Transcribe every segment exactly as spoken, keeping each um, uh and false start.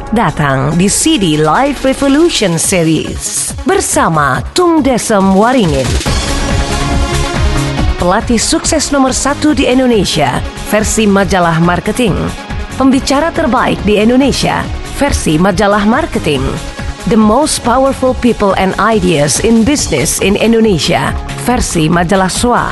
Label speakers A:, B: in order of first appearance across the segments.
A: Selamat datang di C D Live Revolution Series bersama Tung Desem Waringin, pelatih sukses nomor satu di Indonesia versi majalah marketing, pembicara terbaik di Indonesia versi majalah marketing, the most powerful people and ideas in business in Indonesia versi majalah S W A.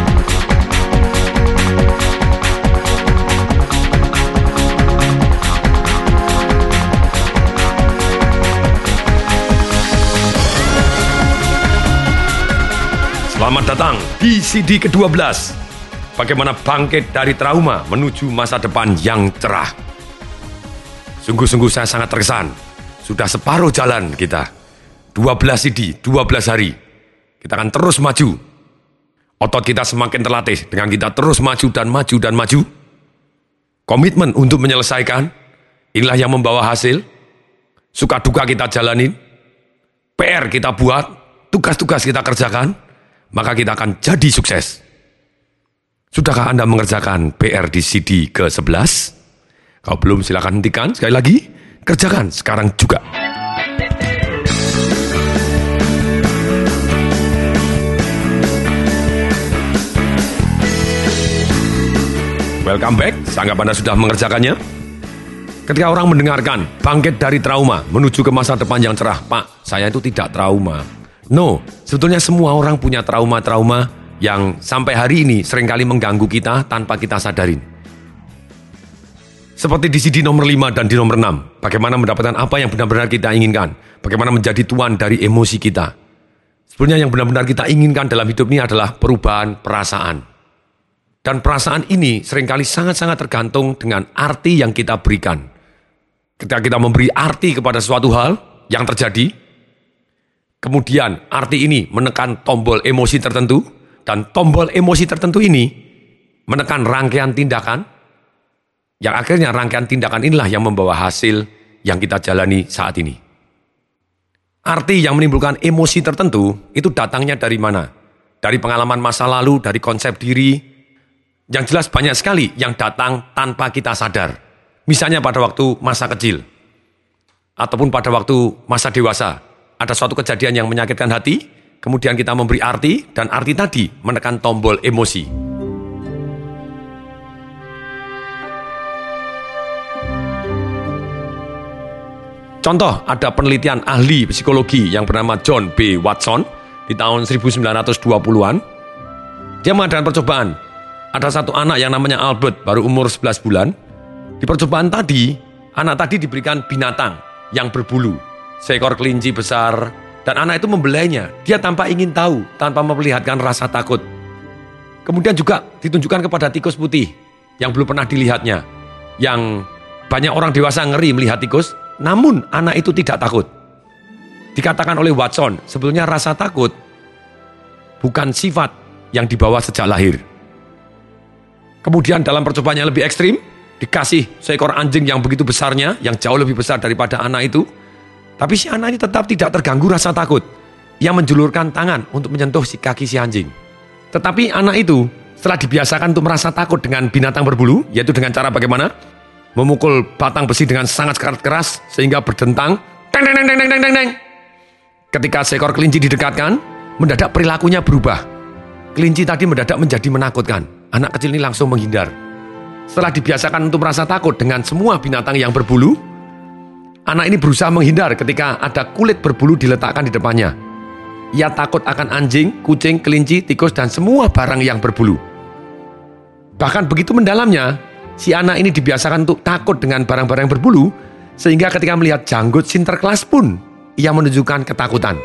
B: Selamat datang di C D kedua belas. Bagaimana bangkit dari trauma menuju masa depan yang cerah. Sungguh-sungguh saya sangat terkesan. Sudah separuh jalan kita. dua belas C D, dua belas hari. Kita akan terus maju. Otot kita semakin terlatih dengan kita terus maju dan maju dan maju. Komitmen untuk menyelesaikan, inilah yang membawa hasil. Suka duka kita jalanin. P R kita buat, tugas-tugas kita kerjakan. Maka kita akan jadi sukses. Sudahkah Anda mengerjakan P R di C D ke sebelas? Kalau belum silakan hentikan, sekali lagi, kerjakan sekarang juga. Welcome back, saya anggap Anda sudah mengerjakannya. Ketika orang mendengarkan, bangkit dari trauma, menuju ke masa depan yang cerah. Pak, saya itu tidak trauma. No, sebetulnya semua orang punya trauma-trauma yang sampai hari ini seringkali mengganggu kita tanpa kita sadarin. Seperti di C D nomor lima dan di nomor enam, bagaimana mendapatkan apa yang benar-benar kita inginkan, bagaimana menjadi tuan dari emosi kita. Sebetulnya yang benar-benar kita inginkan dalam hidup ini adalah perubahan perasaan. Dan perasaan ini seringkali sangat-sangat tergantung dengan arti yang kita berikan. Ketika kita memberi arti kepada suatu hal yang terjadi, kemudian arti ini menekan tombol emosi tertentu, dan tombol emosi tertentu ini menekan rangkaian tindakan, yang akhirnya rangkaian tindakan inilah yang membawa hasil yang kita jalani saat ini. Arti yang menimbulkan emosi tertentu itu datangnya dari mana? Dari pengalaman masa lalu, dari konsep diri, yang jelas banyak sekali yang datang tanpa kita sadar. Misalnya pada waktu masa kecil, ataupun pada waktu masa dewasa. Ada suatu kejadian yang menyakitkan hati, kemudian kita memberi arti, dan arti tadi menekan tombol emosi. Contoh, ada penelitian ahli psikologi yang bernama John B. Watson di tahun seribu sembilan ratus dua puluhan. Dia mengadakan percobaan. Ada satu anak yang namanya Albert, baru umur sebelas bulan. Di percobaan tadi, anak tadi diberikan binatang yang berbulu. Seekor kelinci besar, dan anak itu membelainya. Dia tanpa ingin tahu, tanpa memperlihatkan rasa takut. Kemudian juga ditunjukkan kepada tikus putih yang belum pernah dilihatnya. Yang banyak orang dewasa ngeri melihat tikus, namun anak itu tidak takut. Dikatakan oleh Watson, sebetulnya rasa takut bukan sifat yang dibawa sejak lahir. Kemudian dalam percobaan yang lebih ekstrim, dikasih seekor anjing yang begitu besarnya, yang jauh lebih besar daripada anak itu. Tapi si anak ini tetap tidak terganggu rasa takut. Ia menjulurkan tangan untuk menyentuh si kaki si anjing. Tetapi anak itu setelah dibiasakan untuk merasa takut dengan binatang berbulu, yaitu dengan cara bagaimana? Memukul batang besi dengan sangat keras sehingga berdentang. Teng, teng, teng, teng, teng, teng, teng. Ketika seekor kelinci didekatkan, mendadak perilakunya berubah. Kelinci tadi mendadak menjadi menakutkan. Anak kecil ini langsung menghindar. Setelah dibiasakan untuk merasa takut dengan semua binatang yang berbulu, anak ini berusaha menghindar ketika ada kulit berbulu diletakkan di depannya. Ia takut akan anjing, kucing, kelinci, tikus, dan semua barang yang berbulu. Bahkan begitu mendalamnya, si anak ini dibiasakan untuk takut dengan barang-barang yang berbulu, sehingga ketika melihat janggut Sinterklas pun, ia menunjukkan ketakutan.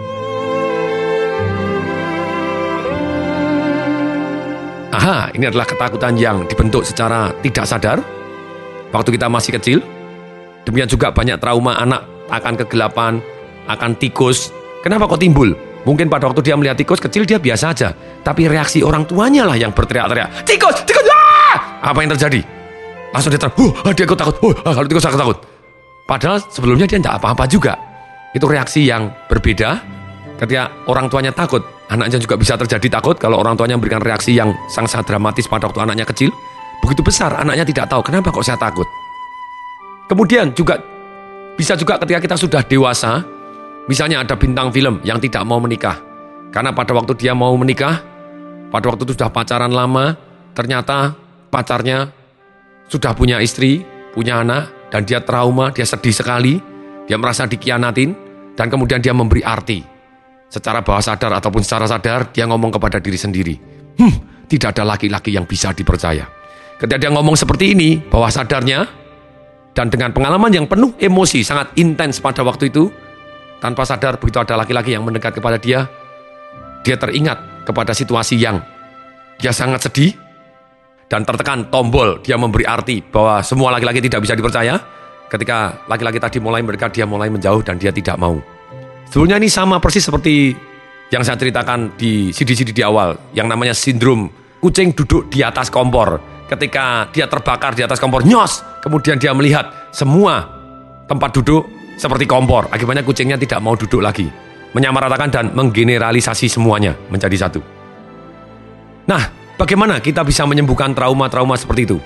B: Aha, ini adalah ketakutan yang dibentuk secara tidak sadar waktu kita masih kecil. Demikian juga banyak trauma anak akan kegelapan, akan tikus. Kenapa kok timbul? Mungkin pada waktu dia melihat tikus kecil dia biasa aja. Tapi reaksi orang tuanya lah yang berteriak-teriak. Tikus! Tikus! Ah! Apa yang terjadi? Langsung dia teriak, huh, dia ikut takut. Huh, kalau tikus aku takut. Padahal sebelumnya dia tidak apa-apa juga. Itu reaksi yang berbeda. Ketika orang tuanya takut, anaknya juga bisa terjadi takut. Kalau orang tuanya memberikan reaksi yang sangat-sangat dramatis pada waktu anaknya kecil. Begitu besar, anaknya tidak tahu, kenapa kok saya takut? Kemudian juga Bisa juga ketika kita sudah dewasa, misalnya ada bintang film yang tidak mau menikah. Karena pada waktu dia mau menikah, pada waktu itu sudah pacaran lama, ternyata pacarnya sudah punya istri, punya anak, dan dia trauma, dia sedih sekali, dia merasa dikhianatin, dan kemudian dia memberi arti. Secara bawah sadar ataupun secara sadar, dia ngomong kepada diri sendiri, Hmm, tidak ada laki-laki yang bisa dipercaya. Ketika dia ngomong seperti ini, bawah sadarnya, dan dengan pengalaman yang penuh emosi, sangat intens pada waktu itu, tanpa sadar begitu ada laki-laki yang mendekat kepada dia, dia teringat kepada situasi yang dia sangat sedih, dan tertekan tombol, dia memberi arti bahwa semua laki-laki tidak bisa dipercaya. Ketika laki-laki tadi mulai mendekat, dia mulai menjauh dan dia tidak mau. Sebetulnya ini sama persis seperti yang saya ceritakan di C D-C D di awal, yang namanya sindrom kucing duduk di atas kompor. Ketika dia terbakar di atas kompor, nyos, kemudian dia melihat semua tempat duduk seperti kompor. Akibatnya kucingnya tidak mau duduk lagi, menyamaratakan dan menggeneralisasi semuanya menjadi satu. Nah, bagaimana kita bisa menyembuhkan trauma-trauma seperti itu?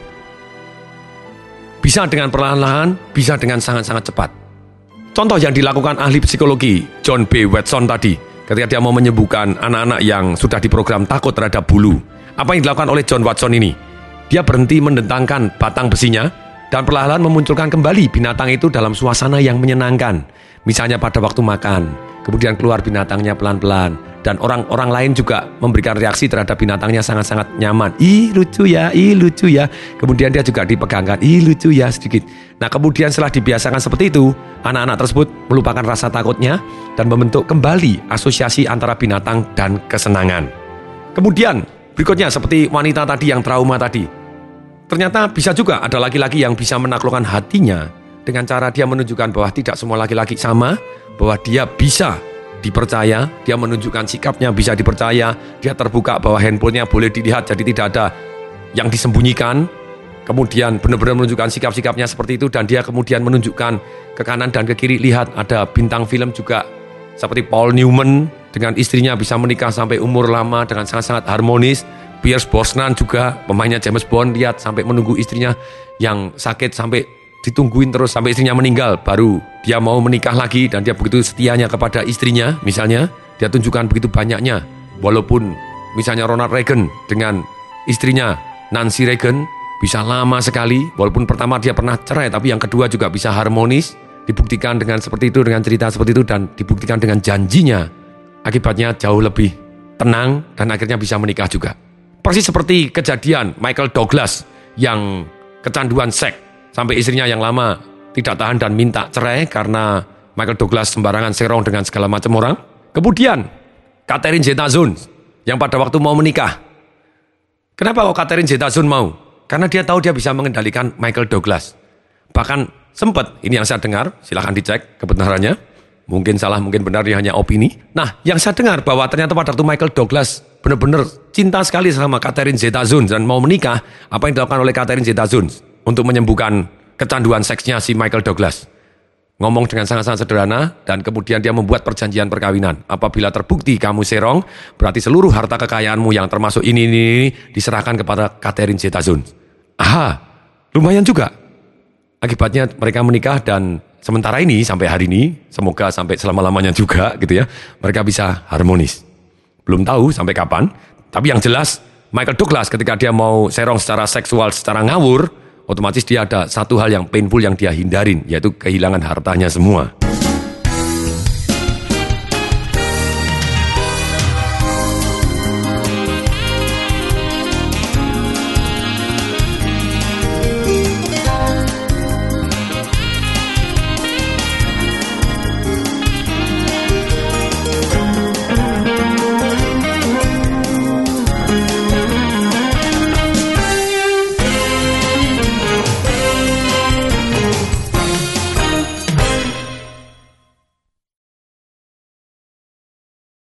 B: Bisa dengan perlahan-lahan, bisa dengan sangat-sangat cepat. Contoh yang dilakukan ahli psikologi John B. Watson tadi, ketika dia mau menyembuhkan anak-anak yang sudah diprogram takut terhadap bulu. Apa yang dilakukan oleh John Watson ini? Dia berhenti mendentangkan batang besinya dan perlahan memunculkan kembali binatang itu dalam suasana yang menyenangkan. Misalnya pada waktu makan, kemudian keluar binatangnya pelan-pelan, dan orang-orang lain juga memberikan reaksi terhadap binatangnya sangat-sangat nyaman. Ih lucu ya, ih lucu ya. Kemudian dia juga dipegangkan, ih lucu ya sedikit. Nah kemudian setelah dibiasakan seperti itu, anak-anak tersebut melupakan rasa takutnya dan membentuk kembali asosiasi antara binatang dan kesenangan. Kemudian berikutnya seperti wanita tadi yang trauma tadi. Ternyata bisa juga ada laki-laki yang bisa menaklukkan hatinya dengan cara dia menunjukkan bahwa tidak semua laki-laki sama, bahwa dia bisa dipercaya, dia menunjukkan sikapnya bisa dipercaya, dia terbuka bahwa handphonenya boleh dilihat, jadi tidak ada yang disembunyikan. Kemudian benar-benar menunjukkan sikap-sikapnya seperti itu, dan dia kemudian menunjukkan ke kanan dan ke kiri, lihat ada bintang film juga seperti Paul Newman dengan istrinya bisa menikah sampai umur lama dengan sangat-sangat harmonis. Pierce Brosnan juga pemainnya James Bond, lihat sampai menunggu istrinya yang sakit sampai ditungguin terus sampai istrinya meninggal, baru dia mau menikah lagi, dan dia begitu setianya kepada istrinya. Misalnya dia tunjukkan begitu banyaknya, walaupun misalnya Ronald Reagan dengan istrinya Nancy Reagan bisa lama sekali, walaupun pertama dia pernah cerai, tapi yang kedua juga bisa harmonis, dibuktikan dengan seperti itu, dengan cerita seperti itu, dan dibuktikan dengan janjinya. Akibatnya jauh lebih tenang dan akhirnya bisa menikah juga. Persis seperti kejadian Michael Douglas yang kecanduan seks sampai istrinya yang lama tidak tahan dan minta cerai karena Michael Douglas sembarangan serong dengan segala macam orang. Kemudian Catherine Zeta-Jones yang pada waktu mau menikah. Kenapa kok Catherine Zeta-Jones mau? Karena dia tahu dia bisa mengendalikan Michael Douglas. Bahkan sempat, ini yang saya dengar, silahkan dicek kebenarannya. Mungkin salah, mungkin benar, dia hanya opini. Nah, yang saya dengar bahwa ternyata pada waktu Michael Douglas benar-benar cinta sekali sama Catherine Zeta-Jones dan mau menikah, apa yang dilakukan oleh Catherine Zeta-Jones untuk menyembuhkan kecanduan seksnya si Michael Douglas? Ngomong dengan sangat-sangat sederhana, dan kemudian dia membuat perjanjian perkawinan. Apabila terbukti kamu serong, berarti seluruh harta kekayaanmu yang termasuk ini, ini, ini diserahkan kepada Catherine Zeta-Jones. Aha, lumayan juga. Akibatnya mereka menikah, dan sementara ini sampai hari ini, semoga sampai selama-lamanya juga gitu ya, mereka bisa harmonis. Belum tahu sampai kapan, tapi yang jelas Michael Douglas ketika dia mau serong secara seksual, secara ngawur, otomatis dia ada satu hal yang painful yang dia hindarin, yaitu kehilangan hartanya semua.